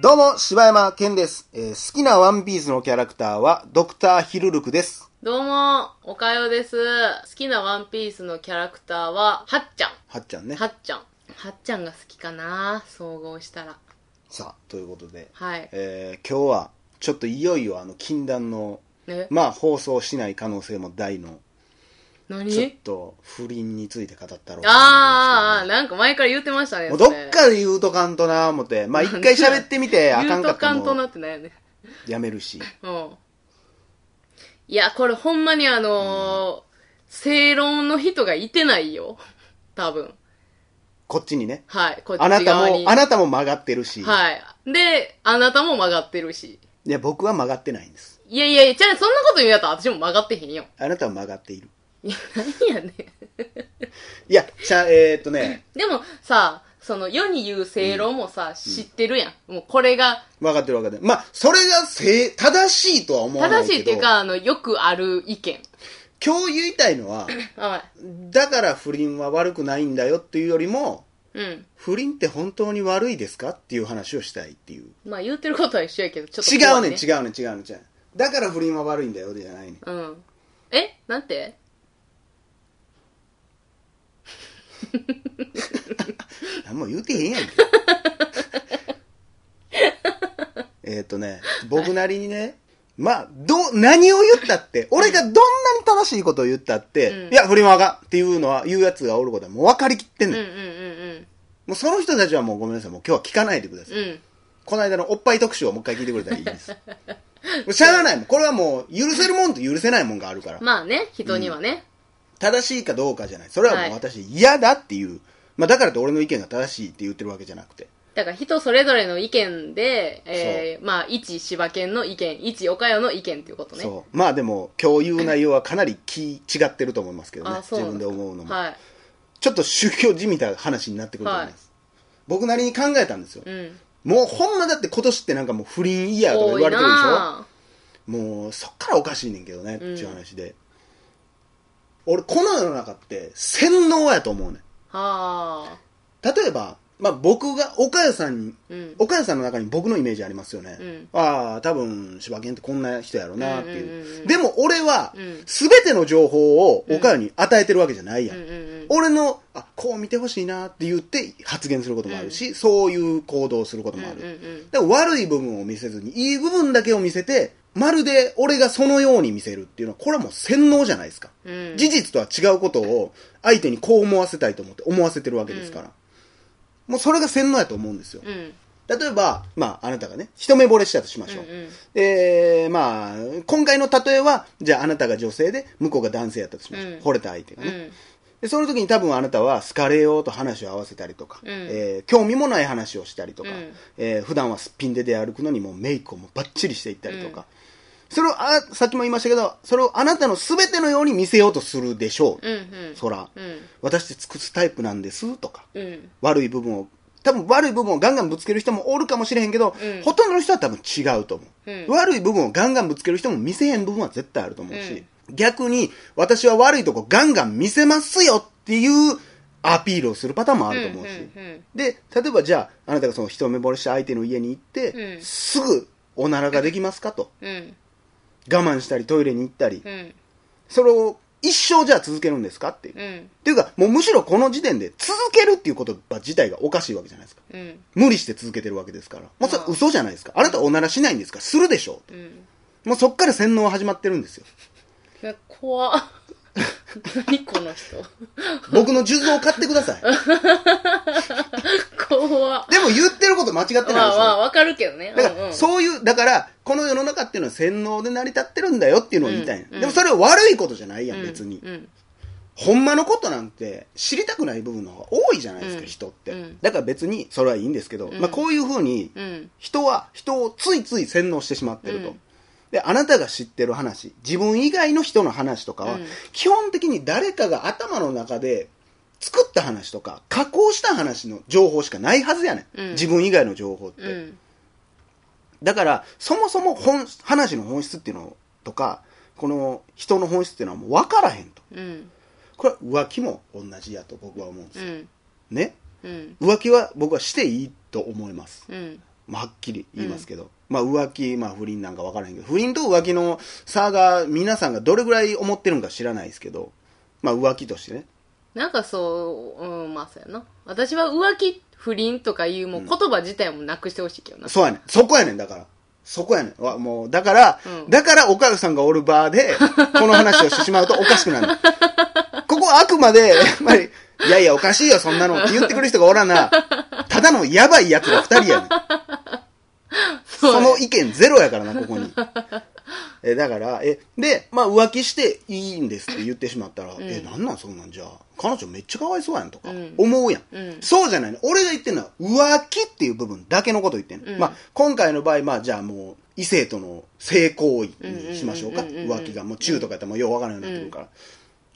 どうも、柴山健です。好きなワンピースのキャラクターはドクターヒルルクです。 どうも、おかよです。好きなワンピースのキャラクターは、はっちゃん。 はっちゃんね。 はっちゃん。はっちゃんが好きかな、総合したら。 さあ、ということで、 はい。 今日は、ちょっといよいよ禁断の、放送しない可能性も大の、ちょっと不倫について語ったろうと思いますけど、 なんか前から言ってましたね。 もうどっかで言うとかんとな思って、まあ一回喋ってみてあかんかったらも言うとかんとなってないよね。 やめるし。 うん。いや、これほんまに正論の人がいてないよ。多分。 こっちにね。 はい、こっち側に。 あなたも曲がってるし。 はい。で、あなたも曲がってるし。 いや、僕は曲がってないんです。 いやいや、じゃあそんなこと言うんやったら私も曲がってへんよ。 あなたは曲がっている。 いや、何やねん。 いや、 でもさ、その世に言う正論もさ、知ってるやん。もうこれが。 分かってる分かってる。まあ、それが正しいとは思わないけど。 正しいっていうか、よくある意見。 今日言いたいのは、 はい、 だから不倫は悪くないんだよっていうよりも、 うん。 不倫って本当に悪いですかっていう話をしたいっていう。 まあ言ってることは一緒やけど、ちょっと怖い、 ね。 違うね。だから不倫は悪いんだよじゃないね。 うん。なんて何も言うてへんやんけ。僕なりにね、まあ、何を言ったって、俺がどんなに正しいことを言ったって、いや、不倫はあかんっていうのは、言うやつがおることはもう分かりきってんねん。もうその人たちはもうごめんなさい、もう今日は聞かないでください。この間のおっぱい特集をもう一回聞いてくれたらいいです。しゃあないもん。これはもう、許せるもんと許せないもんがあるから。 まあね、人にはね。 正しいかどうかじゃない。それはもう私嫌だっていう。まあだからって俺の意見が正しいって言ってるわけじゃなくて。 だから人それぞれの意見で、まあ一柴犬の意見、一岡代の意見っていうことね。 そう。まあでも今日言う内容はかなり違ってると思いますけどね。自分で思うのも。はい。ちょっと宗教じみた話になってくると思います。はい、僕なりに考えたんですよ。もうほんまだって今年ってなんかもう不倫イヤーとか言われてるでしょ。もうそっからおかしいねんけどねっていう話で。俺この世の中って洗脳やと思うねん。はあ。例えば、まあ、僕が岡谷さんの中に僕のイメージありますよね。ああ、多分柴犬ってこんな人やろなっていう。でも俺は全ての情報を岡谷に与えてるわけじゃないやん。俺のこう見てほしいなって言って発言することもあるし、そういう行動をすることもある。だから悪い部分を見せずにいい部分だけを見せて、まるで俺がそのように見せるっていうのは、これはもう洗脳じゃないですか。事実とは違うことを相手にこう思わせたいと思って思わせてるわけですから。もうそれが洗脳やと思うんですよ。例えば、まあ、あなたがね、一目惚れしたとしましょう。まあ、今回の例えは、じゃああなたが女性で、向こうが男性やったとしましょう。惚れた相手がね。でその時に多分あなたは好かれようと話を合わせたりとか、興味もない話をしたりとか、普段はすっぴんで出歩くのにもうメイクをもうバッチリしていったりとか、それをさっきも言いましたけど、それをあなたの全てのように見せようとするでしょう。そら、私って尽くすタイプなんですとか、悪い部分をガンガンぶつける人もおるかもしれへんけど、ほとんどの人は多分違うと思う。悪い部分をガンガンぶつける人も見せへん部分は絶対あると思うし、逆に私は悪いとこガンガン見せますよっていうアピールをするパターンもあると思うし、で、例えばじゃあ、あなたがその一目惚れした相手の家に行って、すぐおならができますかと。我慢したりトイレに行ったり、それを一生じゃあ続けるんですかっていう。っていうか、もうむしろこの時点で続けるっていう言葉自体がおかしいわけじゃないですか。無理して続けてるわけですから。もうそれ嘘じゃないですか。あなたはおならしないんですか、するでしょう、もうそっから洗脳は始まってるんですよ。 怖っ。何この人。 僕の数珠を買ってください。 怖っ。 でも言ってること間違ってないでしょ。まあわかるけどね。 だからそういう、だからこの世の中っていうのは洗脳で成り立ってるんだよっていうのを言いたい。でもそれは悪いことじゃないやん、別に。ほんまのことなんて知りたくない部分の方が多いじゃないですか、人って。だから別にそれはいいんですけど、まあこういう風に人は人をついつい洗脳してしまってると。で、あなたが知ってる話、自分以外の人の話とかは、基本的に誰かが頭の中で作った話とか、加工した話の情報しかないはずやねん。自分以外の情報って。だから、そもそも話の本質っていうのとか、この人の本質っていうのはもう分からへんと。これは浮気も同じやと僕は思うんですよ。ね。浮気は僕はしていいと思います。 まあ、はっきり言いますけど、まあ浮気、まあ不倫なんか分からへんけど、不倫と浮気の差が皆さんがどれぐらい思ってるんか知らないですけど、まあ浮気としてね。 なんかそう、まあそうやな。私は浮気、不倫とかいうもう言葉自体もなくしてほしいけどな。 そうやねん。そこやねん、だから。そこやねん。もう、だから、だから岡田さんがおるバーで、この話をしてしまうとおかしくなる。ここはあくまで、やっぱり、いやいやおかしいよ、そんなのって言ってくる人がおらな、ただのやばい奴ら二人やねん。その意見ゼロやからな、ここに。だから、で、まあ浮気していいんですって言ってしまったら、なんなんそんなんじゃあ、彼女めっちゃかわいそうやんとか、思うやん。そうじゃないの。俺が言ってんのは、浮気っていう部分だけのこと言ってんの。まあ、今回の場合、まあじゃあもう、異性との性行為にしましょうか。浮気が。もう中とかやったらもうようわからないようになってくるから。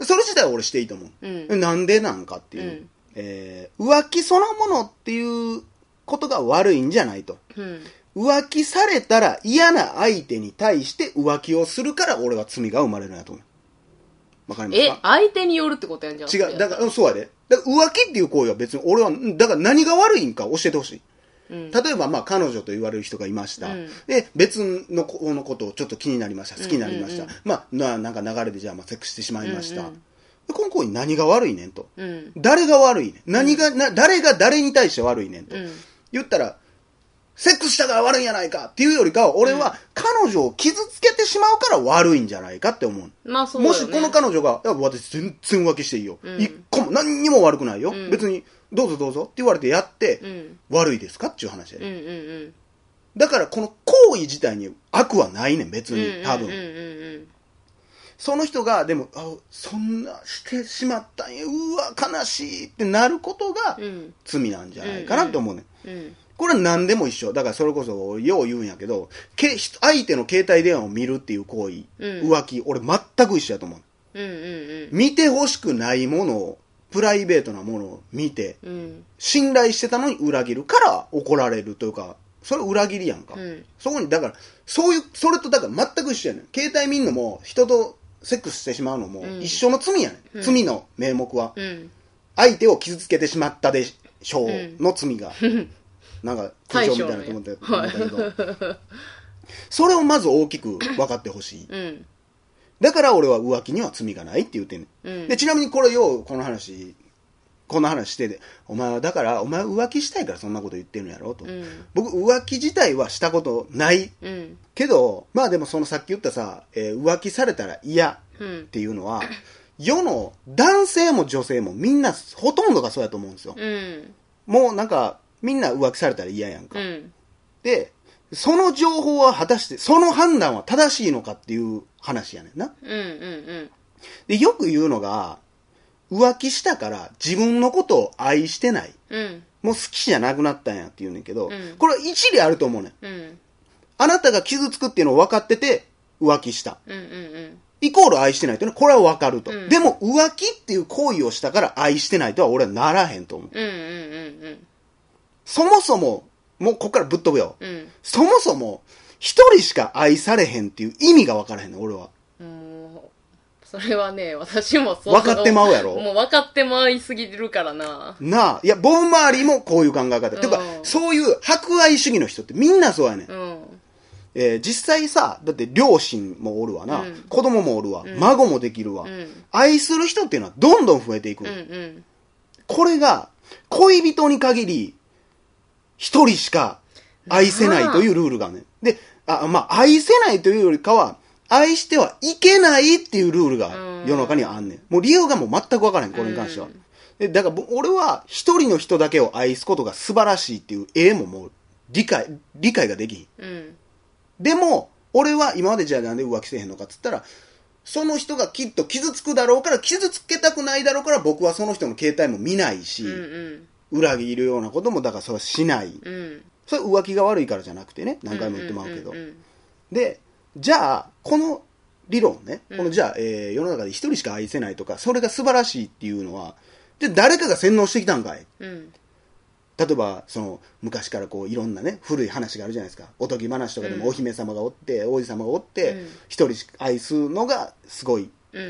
それ自体は俺していいと思う。なんでなんかっていう。浮気そのものっていうことが悪いんじゃないと。浮気されたら嫌な相手に対して浮気をするから俺は罪が生まれるんやと思う。わかりますか？ 相手によるってことやんじゃん。 違う。だから、そうやで。だから浮気っていう行為は別に俺は、だから何が悪いんか教えてほしい。例えば、まあ、彼女と言われる人がいました。で、別の子のことをちょっと気になりました。好きになりました。まあ、なんか流れでじゃあ、まあ、セックスしてしまいました。この行為何が悪いねんと。誰が悪いねん。誰が誰に対して悪いねんと。言ったら、セックスしたから悪いんやないかっていうよりかは、俺は彼女を傷つけてしまうから悪いんじゃないかって思う。 まあそうだよね。 もしこの彼女が、いや私全然浮気していいよ。一個も何にも悪くないよ。別に、どうぞどうぞって言われてやって、悪いですかっていう話で。だからこの行為自体に悪はないねん、別に。多分。その人が、でも、そんなしてしまったんや、うわ、悲しいってなることが罪なんじゃないかなって思うねん。これは何でも一緒。だからそれこそ、よう言うんやけど、相手の携帯電話を見るっていう行為、浮気、俺全く一緒やと思う。見てほしくないものを、プライベートなものを見て、信頼してたのに裏切るから怒られるというか、それ裏切りやんか。そこに、だから、それとだから全く一緒やねん。携帯見んのも、人とセックスしてしまうのも、一緒の罪やねん。罪の名目は。相手を傷つけてしまったでしょうの罪が。なんか空想みたいなと思ったけど、それをまず大きく分かってほしい、だから俺は浮気には罪がないって言ってんね、でちなみにこれようこの話してて、お前はだからお前浮気したいからそんなこと言ってるんやろと、僕浮気自体はしたことない、けどまあでもそのさっき言ったさ、浮気されたら嫌っていうのは、世の男性も女性もみんなほとんどがそうやと思うんですよ、もうなんかみんな浮気されたら嫌やんか、でその情報は果たしてその判断は正しいのかっていう話やねんな、でよく言うのが、浮気したから自分のことを愛してない、もう好きじゃなくなったんやって言うねんけど、これは一理あると思うねん、あなたが傷つくっていうのを分かってて浮気した、イコール愛してないっていうのはこれは分かると、でも浮気っていう行為をしたから愛してないとは俺はならへんと思う、そもそも、もうこっからぶっ飛ぶよ、そもそも一人しか愛されへんっていう意味が分からへんの俺は。 それはね、私もそう。 分かってまうやろ。 もう分かってまいすぎるからな。 なあ、いや、ボン周りもこういう考え方。てか、そういう博愛主義の人ってみんなそうやねん。実際さ、だって両親もおるわな、子供もおるわ、孫もできるわ、愛する人っていうのはどんどん増えていく、これが恋人に限り一人しか愛せないというルールがね。で、まあ、愛せないというよりかは、愛してはいけないっていうルールが世の中にはあんねん。もう理由がもう全く分からへん、これに関しては。でだから俺は一人の人だけを愛すことが素晴らしいっていうもう理解ができひん。でも、俺は今までじゃあなんで浮気せえへんのかっつったら、その人がきっと傷つくだろうから、傷つけたくないだろうから僕はその人の携帯も見ないし、裏切るようなこともだからそれはしない、それ浮気が悪いからじゃなくてね、何回も言ってまうけど、でじゃあこの理論ね、このじゃあ、世の中で一人しか愛せないとかそれが素晴らしいっていうのは、で誰かが洗脳してきたんかい、例えばその昔からこういろんなね古い話があるじゃないですか。おとぎ話とかでもお姫様がおって、王子様がおって、一人しか愛すのがすごい、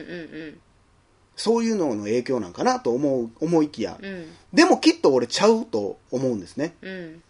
そういうのの影響なんかなと思いきや、でもきっと俺ちゃうと思うんですね、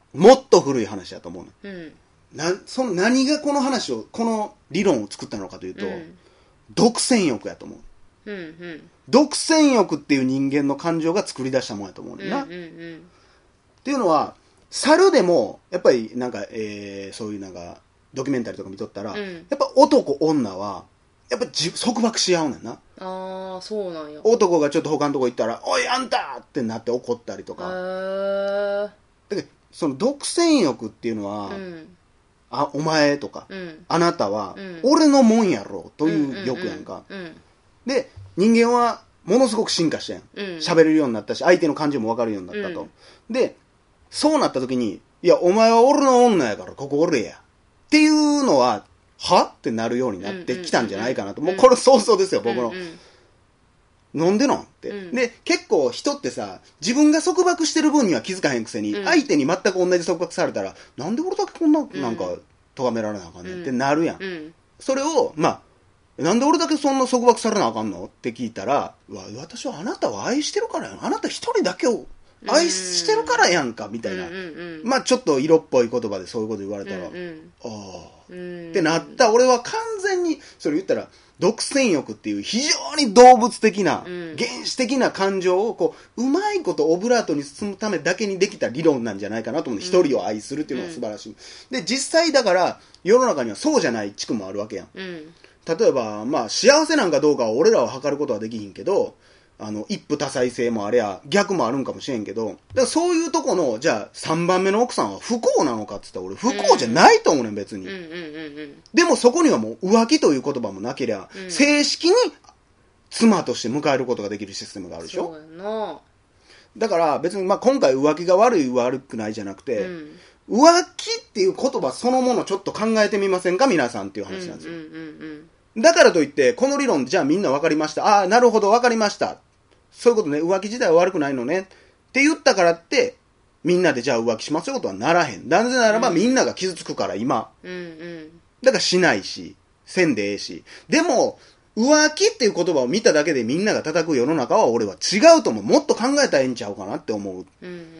もっと古い話だと思うの。 うん。 何がこの理論を作ったのかというと、独占欲やと思う。独占欲っていう人間の感情が作り出したもんやと思うねんな。っていうのは、猿でも、やっぱりなんか、そういうなんか、ドキュメンタリーとか見とったら、やっぱ男、女は、やっぱ束縛し合うねんな。 ああ、そうなんや。 男がちょっと他のとこ行ったら、おい、あんたってなって怒ったりとか。だけど、その独占欲っていうのは、お前とか、あなたは、俺のもんやろという欲やんか。で、人間は、ものすごく進化してん。喋れるようになったし、相手の感情も分かるようになったと。で、そうなった時に、いや、お前は俺の女やから、ここ俺や。っていうのは、はってなるようになってきたんじゃないかなと。もうこれ想像ですよ、僕の。なんでなんって、で、結構人ってさ、自分が束縛してる分には気づかへんくせに、相手に全く同じ束縛されたら、なんで俺だけこんな、なんか、咎められなあかんねんってなるやん。それを、まあ、なんで俺だけそんな束縛されなあかんのって聞いたら、私はあなたを愛してるからやん。あなた一人だけを愛してるからやんか、みたいな。まあちょっと色っぽい言葉でそういうこと言われたら、ああ、ってなった。俺は完全に、それ言ったら、独占欲っていう非常に動物的な、原始的な感情をこう、うまいことオブラートに包むためだけにできた理論なんじゃないかなと思う。一人を愛するっていうのは素晴らしい。で、実際だから、世の中にはそうじゃない地区もあるわけやん。例えば、まあ幸せなんかどうかは俺らは測ることはできひんけど、一夫多妻制もありゃ逆もあるんかもしれんけど、だからそういうとこの、じゃあ3番目の奥さんは不幸なのかって言ったら俺不幸じゃないと思うねん、別に。でもそこにはもう浮気という言葉もなけりゃ、正式に妻として迎えることができるシステムがあるでしょ。そうやな。だから別にまあ今回浮気が悪くないじゃなくて、浮気っていう言葉そのものちょっと考えてみませんか皆さんっていう話なんですよ。だからといって、この理論じゃあみんな分かりました。ああ、なるほど分かりました。そういうことね、浮気自体は悪くないのねって言ったからって、みんなでじゃあ浮気しますよことはならへん。なぜならばみんなが傷つくから今。だからしないし、せんでええし。でも、浮気っていう言葉を見ただけでみんなが叩く世の中は俺は違うと思う。もっと考えたらええんちゃうかなって思う。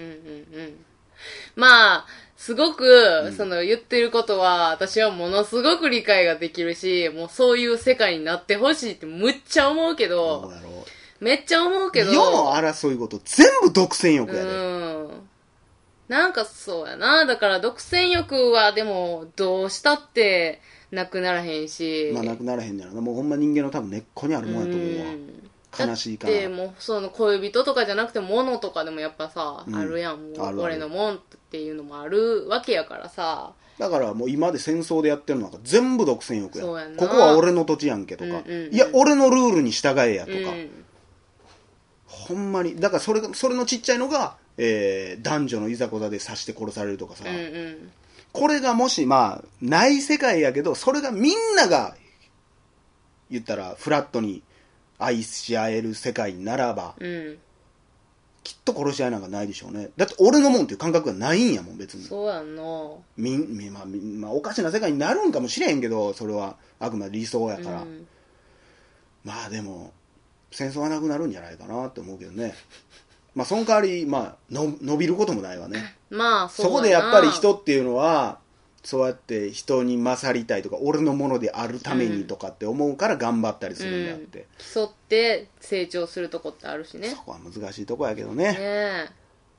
まあ、すごく、その言ってることは、私はものすごく理解ができるし、もうそういう世界になってほしいってむっちゃ思うけど、めっちゃ思うけど。 世の争い事全部独占欲やで。 なんかそうやな。だから独占欲はでも、どうしたってなくならへんし。 まあなくならへんねやろな。もうほんま人間の多分根っこにあるもんやと思うわ。悲しいから。 でもうその恋人とかじゃなくて物とかでもやっぱさ、あるやん。もう俺のもんっていうのもあるわけやからさ。 だからもう今で戦争でやってるのなんか全部独占欲や。そうやんな。ここは俺の土地やんけとか。いや、俺のルールに従えやとか。ほんまに。だからそれのちっちゃいのが、男女のいざこざで刺して殺されるとかさ。これがもしまあ、ない世界やけど、それがみんなが、言ったらフラットに愛し合える世界ならば、きっと殺し合いなんかないでしょうね。だって俺のもんっていう感覚がないんやもん、別に。 そうやんな。 まあ、おかしな世界になるんかもしれへんけど、それはあくまで理想やから。まあでも、戦争はなくなるんじゃないかなって思うけどね。まあその代わり、まあ伸びることもないわね。 まあそこでやっぱり人っていうのは、そうやって人に勝りたいとか、俺のものであるためにとかって思うから頑張ったりするんであって。 競って成長するとこってあるしね。 そこは難しいとこやけどね。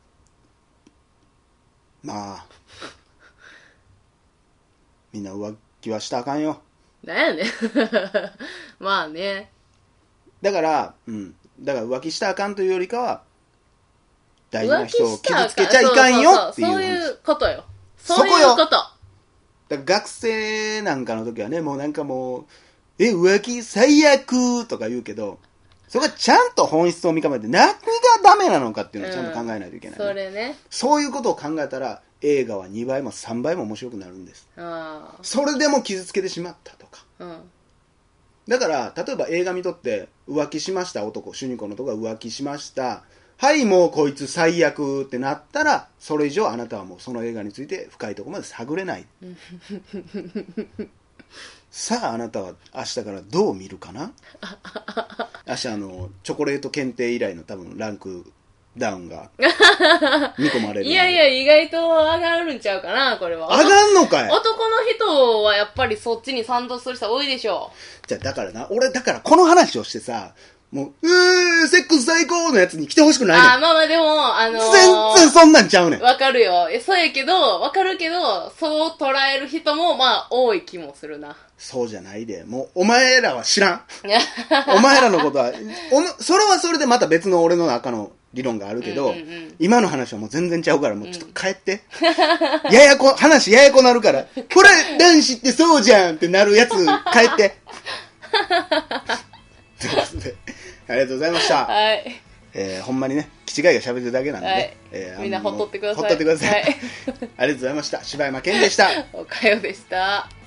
まあ、みんな浮気はしたらあかんよ。 なんやねん。まあね。 だから、だから浮気したらあかんというよりかは、大事な人を傷つけちゃいかんよっていう。 そういうことよ。そういうこと。 だから学生なんかの時はね、もうなんかもう、浮気最悪とか言うけど、それがちゃんと本質を見かめて何がダメなのかっていうのをちゃんと考えないといけない、 それね。 そういうことを考えたら、映画は2倍も3倍も面白くなるんです。それでも傷つけてしまったとか。だから、例えば映画見とって浮気しました男、主人公の男が浮気しました。はい、もうこいつ最悪ってなったら、それ以上あなたはもうその映画について深いところまで探れない。さあ、あなたは明日からどう見るかな。明日チョコレート検定以来の多分ランクダウンが見込まれる。 いやいや、意外と上がるんちゃうかな、これは。 上がんのかい。 男の人はやっぱりそっちに賛同する人多いでしょ。 じゃあだからな、俺だからこの話をしてさ、もう、セックス最高のやつに来てほしくないねん。 まあまあでも、 全然そんなんちゃうねん。 わかるよ。そうやけど、わかるけど、そう捉える人も、まあ、多い気もするな。 そうじゃないで。もう、お前らは知らん。お前らのことは、それはそれでまた別の俺の中の理論があるけど、今の話はもう全然ちゃうから、もうちょっと帰って。話ややこなるから、これ男子ってそうじゃんってなるやつ、帰って。ということで、ありがとうございました。 はい。 ほんまにね、気違いが喋ってるだけなんで、はい、 みんなほっとってください。 ほっとってください。 はい、 ありがとうございました。柴山健でした。 おかよでした。